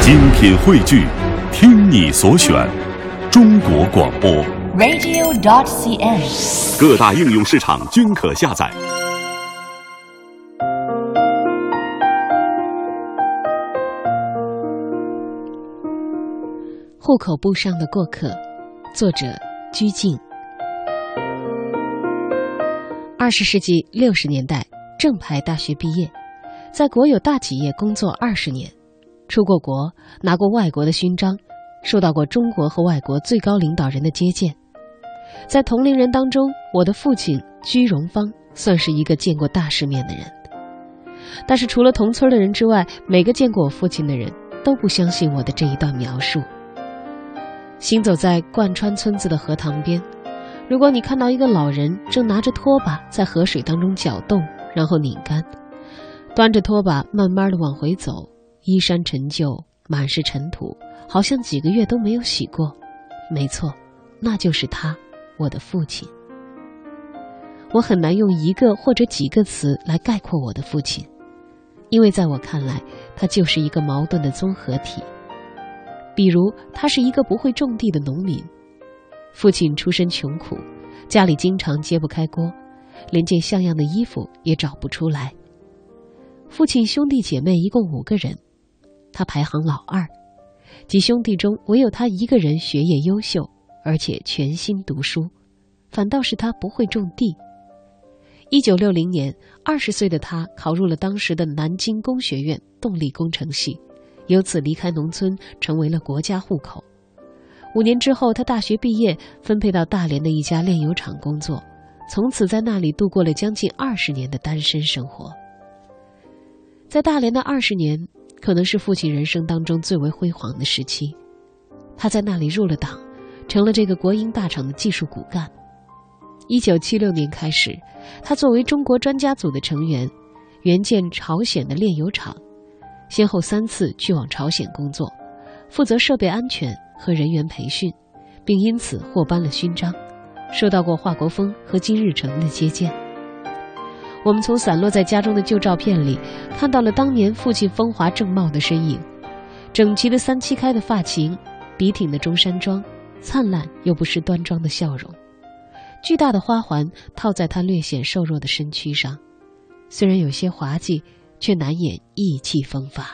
精品汇聚，听你所选，中国广播 radio.cn， 各大应用市场均可下载。 户口簿上的过客，作者居静。20世纪60年代，正牌大学毕业，在国有大企业工作20年，出过国，拿过外国的勋章，受到过中国和外国最高领导人的接见。在同龄人当中，我的父亲居荣芳算是一个见过大世面的人。但是除了同村的人之外，每个见过我父亲的人都不相信我的这一段描述。行走在贯穿村子的河塘边，如果你看到一个老人正拿着拖把在河水当中搅动，然后拧干，端着拖把慢慢地往回走，衣衫陈旧，满是尘土，好像几个月都没有洗过。没错，那就是他，我的父亲。我很难用一个或者几个词来概括我的父亲，因为在我看来，他就是一个矛盾的综合体。比如，他是一个不会种地的农民，父亲出身穷苦，家里经常揭不开锅，连件像样的衣服也找不出来。父亲兄弟姐妹一共5个人，他排行老2，几兄弟中唯有他一个人学业优秀，而且全心读书，反倒是他不会种地。1960年，20岁的他考入了当时的南京工学院动力工程系，由此离开农村，成为了国家户口。5年之后，他大学毕业，分配到大连的一家炼油厂工作，从此在那里度过了将近20年的单身生活。在大连的20年，可能是父亲人生当中最为辉煌的时期。他在那里入了党，成了这个国营大厂的技术骨干。1976年开始，他作为中国专家组的成员，援建朝鲜的炼油厂，先后3次去往朝鲜工作，负责设备安全和人员培训，并因此获颁了勋章，受到过华国锋和金日成的接见。我们从散落在家中的旧照片里看到了当年父亲风华正茂的身影，整齐的3七开的发型，笔挺的中山装，灿烂又不失端庄的笑容。巨大的花环套在他略显瘦弱的身躯上，虽然有些滑稽，却难掩意气风发。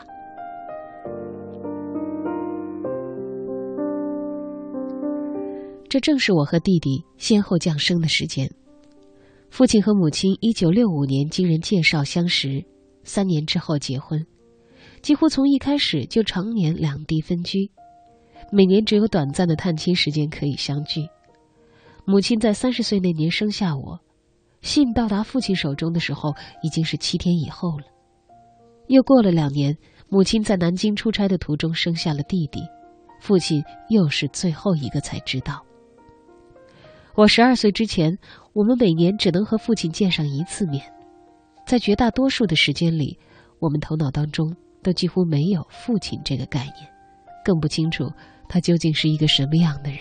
这正是我和弟弟先后降生的时间。父亲和母亲1965年经人介绍相识，3年之后结婚，几乎从一开始就常年两地分居，每年只有短暂的探亲时间可以相聚。母亲在30岁那年生下我，信到达父亲手中的时候已经是7天以后了。又过了2年，母亲在南京出差的途中生下了弟弟，父亲又是最后一个才知道。我12岁之前，我们每年只能和父亲见上1次面，在绝大多数的时间里，我们头脑当中都几乎没有父亲这个概念，更不清楚他究竟是一个什么样的人。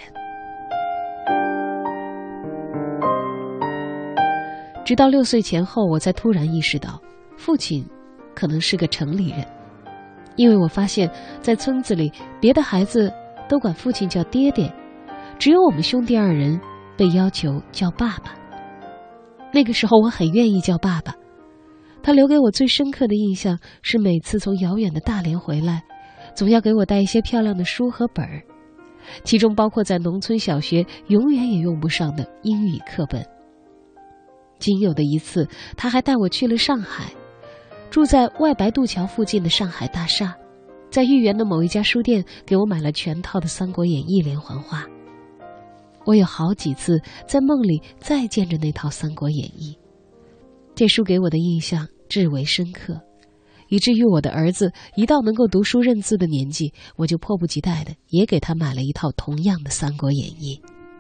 直到6岁前后，我才突然意识到，父亲可能是个城里人，因为我发现在村子里，别的孩子都管父亲叫爹爹，只有我们兄弟2人被要求叫爸爸。那个时候我很愿意叫爸爸。他留给我最深刻的印象是，每次从遥远的大连回来，总要给我带一些漂亮的书和本儿，其中包括在农村小学永远也用不上的英语课本。仅有的一次，他还带我去了上海，住在外白渡桥附近的上海大厦，在豫园的某一家书店给我买了全套的《三国演义》连环画。我有好几次在梦里再见着那套《三国演义》，这书给我的印象至为深刻，以至于我的儿子一到能够读书认字的年纪，我就迫不及待的也给他买了一套同样的《三国演义》。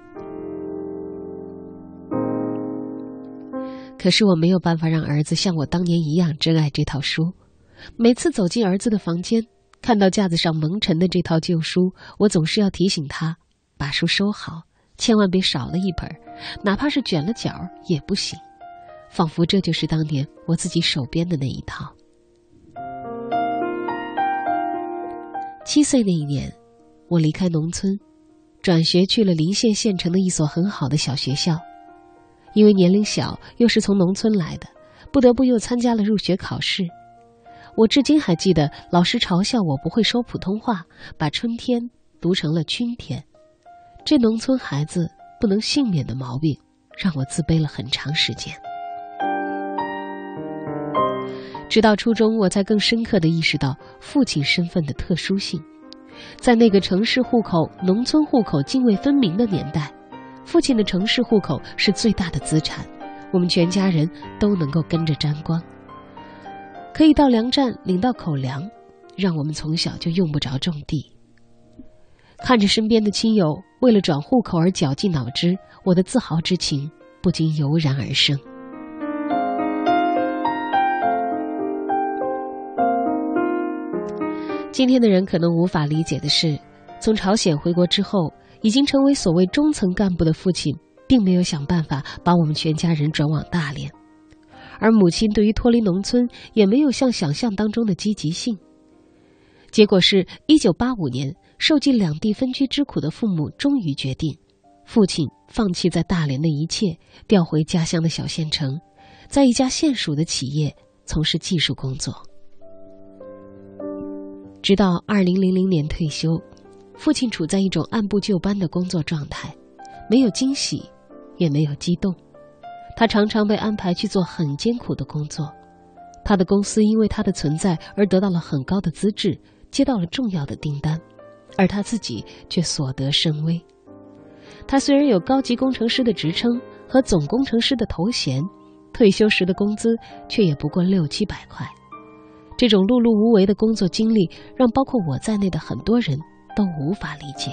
可是我没有办法让儿子像我当年一样珍爱这套书。每次走进儿子的房间，看到架子上蒙尘的这套旧书，我总是要提醒他把书收好，千万别少了一本，哪怕是卷了角也不行，仿佛这就是当年我自己手编的那一套。 7岁那一年，我离开农村，转学去了邻县县城的一所很好的小学校。因为年龄小，又是从农村来的，不得不又参加了入学考试。我至今还记得老师嘲笑我不会说普通话，把春天读成了春天。这农村孩子不能幸免的毛病，让我自卑了很长时间。直到初中，我才更深刻地意识到父亲身份的特殊性。在那个城市户口、农村户口泾渭分明的年代，父亲的城市户口是最大的资产，我们全家人都能够跟着沾光，可以到粮站领到口粮，让我们从小就用不着种地。看着身边的亲友为了转户口而绞尽脑汁，我的自豪之情不禁油然而生。今天的人可能无法理解的是，从朝鲜回国之后，已经成为所谓中层干部的父亲，并没有想办法把我们全家人转往大连，而母亲对于脱离农村也没有像想象当中的积极性。结果是1985年，受尽两地分居之苦的父母终于决定，父亲放弃在大连的一切，调回家乡的小县城，在一家县属的企业从事技术工作。直到2000年退休，父亲处在一种按部就班的工作状态，没有惊喜，也没有激动。他常常被安排去做很艰苦的工作，他的公司因为他的存在而得到了很高的资质，接到了重要的订单，而他自己却所得甚微。他虽然有高级工程师的职称和总工程师的头衔，退休时的工资却也不过600-700块。这种碌碌无为的工作经历，让包括我在内的很多人都无法理解。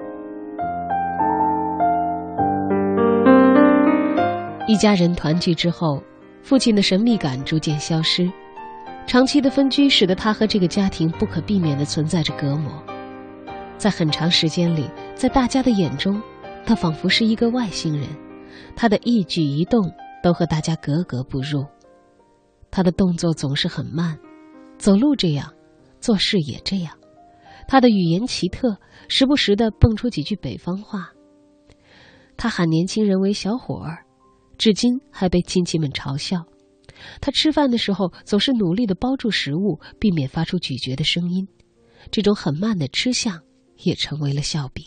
一家人团聚之后，父亲的神秘感逐渐消失，长期的分居使得他和这个家庭不可避免地存在着隔膜。在很长时间里，在大家的眼中，他仿佛是一个外星人，他的一举一动都和大家格格不入。他的动作总是很慢，走路这样，做事也这样。他的语言奇特，时不时地蹦出几句北方话。他喊年轻人为小伙儿，至今还被亲戚们嘲笑。他吃饭的时候总是努力地包住食物，避免发出咀嚼的声音。这种很慢的吃相也成为了笑柄。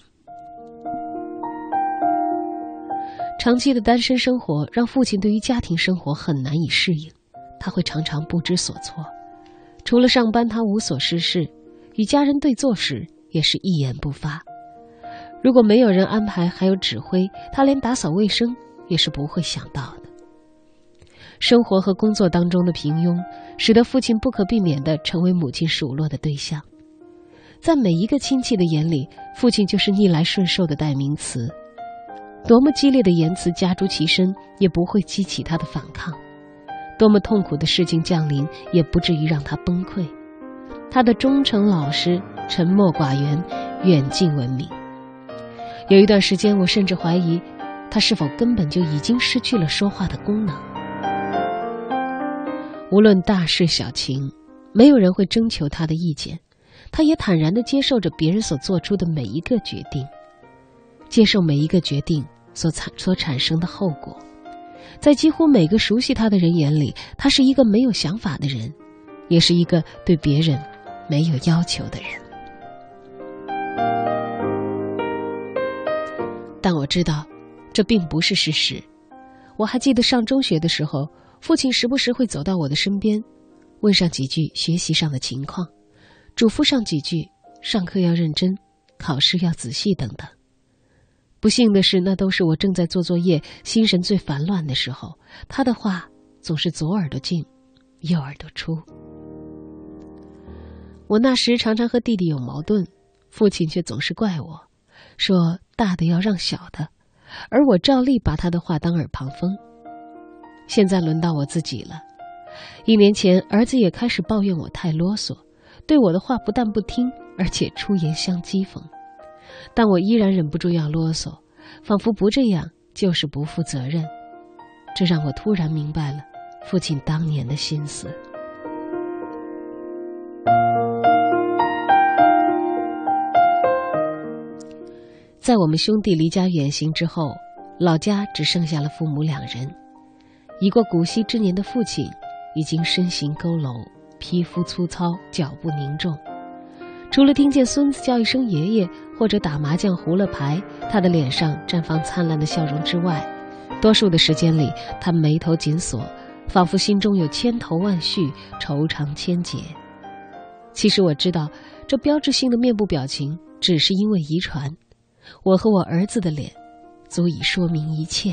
长期的单身生活让父亲对于家庭生活很难以适应，他会常常不知所措。除了上班，他无所事事，与家人对坐时也是一言不发。如果没有人安排还有指挥，他连打扫卫生也是不会想到的。生活和工作当中的平庸，使得父亲不可避免地成为母亲数落的对象。在每一个亲戚的眼里，父亲就是逆来顺受的代名词，多么激烈的言辞加诸其身，也不会激起他的反抗。多么痛苦的事情降临，也不至于让他崩溃。他的忠诚老实，沉默寡言，远近闻名。有一段时间，我甚至怀疑他是否根本就已经失去了说话的功能。无论大事小情，没有人会征求他的意见，他也坦然地接受着别人所做出的每一个决定，接受每一个决定所产生的后果。在几乎每个熟悉他的人眼里，他是一个没有想法的人，也是一个对别人没有要求的人。但我知道，这并不是事实。我还记得上中学的时候，父亲时不时会走到我的身边，问上几句学习上的情况，嘱咐上几句上课要认真，考试要仔细等等。不幸的是，那都是我正在做作业，心神最烦乱的时候，他的话总是左耳朵进，右耳朵出。我那时常常和弟弟有矛盾，父亲却总是怪我，说大的要让小的，而我照例把他的话当耳旁风。现在轮到我自己了。1年前，儿子也开始抱怨我太啰嗦，对我的话不但不听，而且出言相讥讽。但我依然忍不住要啰嗦，仿佛不这样就是不负责任。这让我突然明白了父亲当年的心思。 在我们兄弟离家远行之后，老家只剩下了父母2人。已过古稀之年的父亲已经身形佝偻，皮肤粗糙，脚步凝重。除了听见孙子叫一声爷爷，或者打麻将胡了牌，他的脸上绽放灿烂的笑容之外，多数的时间里他眉头紧锁，仿佛心中有千头万绪，愁肠千结。其实我知道，这标志性的面部表情只是因为遗传，我和我儿子的脸足以说明一切。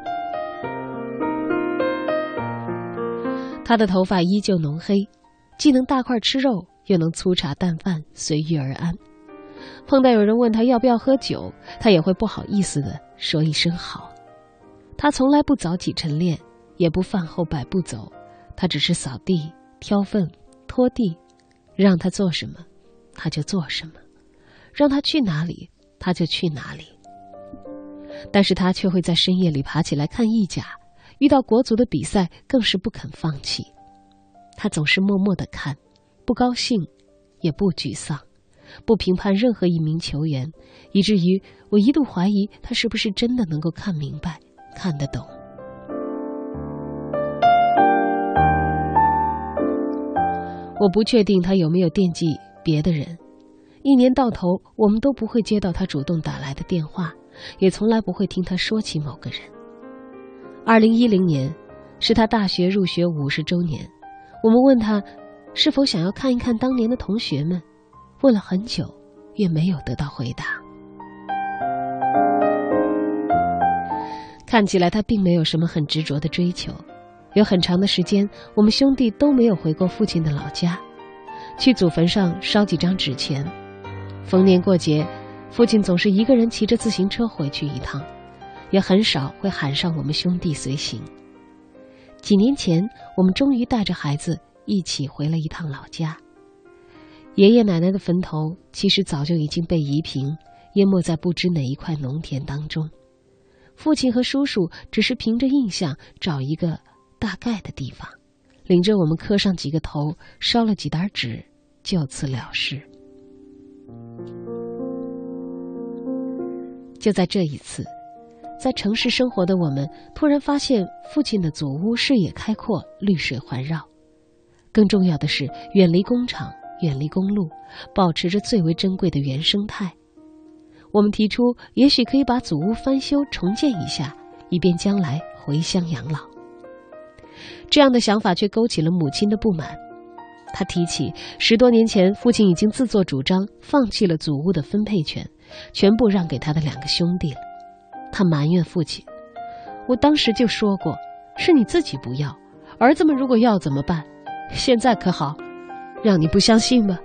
他的头发依旧浓黑，既能大块吃肉，又能粗茶淡饭，随遇而安。碰到有人问他要不要喝酒，他也会不好意思地说一声好。他从来不早起晨练，也不饭后百步走，他只是扫地、挑粪、拖地，让他做什么他就做什么，让他去哪里他就去哪里。但是他却会在深夜里爬起来看意甲，遇到国足的比赛更是不肯放弃。他总是默默地看，不高兴也不沮丧，不评判任何一名球员，以至于我一度怀疑他是不是真的能够看明白，看得懂。我不确定他有没有惦记别的人，一年到头我们都不会接到他主动打来的电话，也从来不会听他说起某个人。2010年是他大学入学50周年，我们问他是否想要看一看当年的同学们，问了很久也没有得到回答。看起来他并没有什么很执着的追求，有很长的时间我们兄弟都没有回过父亲的老家，去祖坟上烧几张纸钱。逢年过节，父亲总是一个人骑着自行车回去一趟，也很少会喊上我们兄弟随行。几年前，我们终于带着孩子一起回了一趟老家。爷爷奶奶的坟头其实早就已经被夷平，淹没在不知哪一块农田当中。父亲和叔叔只是凭着印象找一个大概的地方，领着我们磕上几个头，烧了几沓纸，就此了事。就在这一次，在城市生活的我们突然发现父亲的祖屋视野开阔，绿水环绕。更重要的是，远离工厂，远离公路，保持着最为珍贵的原生态。我们提出也许可以把祖屋翻修重建一下，以便将来回乡养老。这样的想法却勾起了母亲的不满。她提起10多年前父亲已经自作主张放弃了祖屋的分配权，全部让给他的2个兄弟了。他埋怨父亲，我当时就说过，是你自己不要，儿子们如果要怎么办？现在可好，让你不相信吧。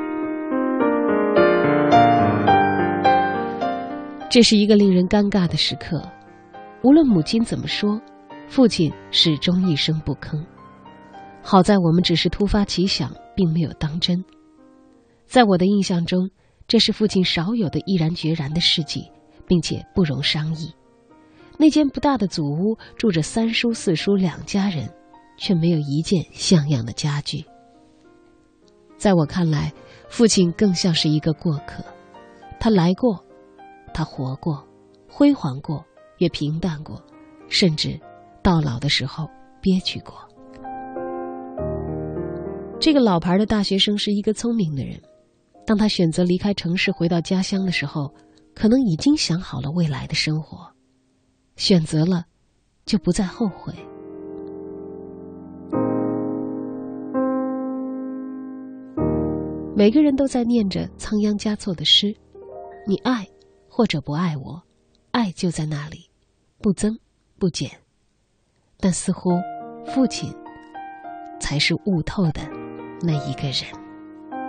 这是一个令人尴尬的时刻，无论母亲怎么说，父亲始终一声不吭。好在我们只是突发奇想，并没有当真。在我的印象中，这是父亲少有的毅然决然的事迹，并且不容商议。那间不大的祖屋住着3叔4叔2家人，却没有一件像样的家具。在我看来，父亲更像是一个过客，他来过，他活过，辉煌过，也平淡过，甚至到老的时候憋屈过。这个老牌的大学生是一个聪明的人，当他选择离开城市回到家乡的时候，可能已经想好了未来的生活，选择了就不再后悔。每个人都在念着仓央嘉措的诗，你爱或者不爱我，爱就在那里，不增不减。但似乎父亲才是悟透的那一个人。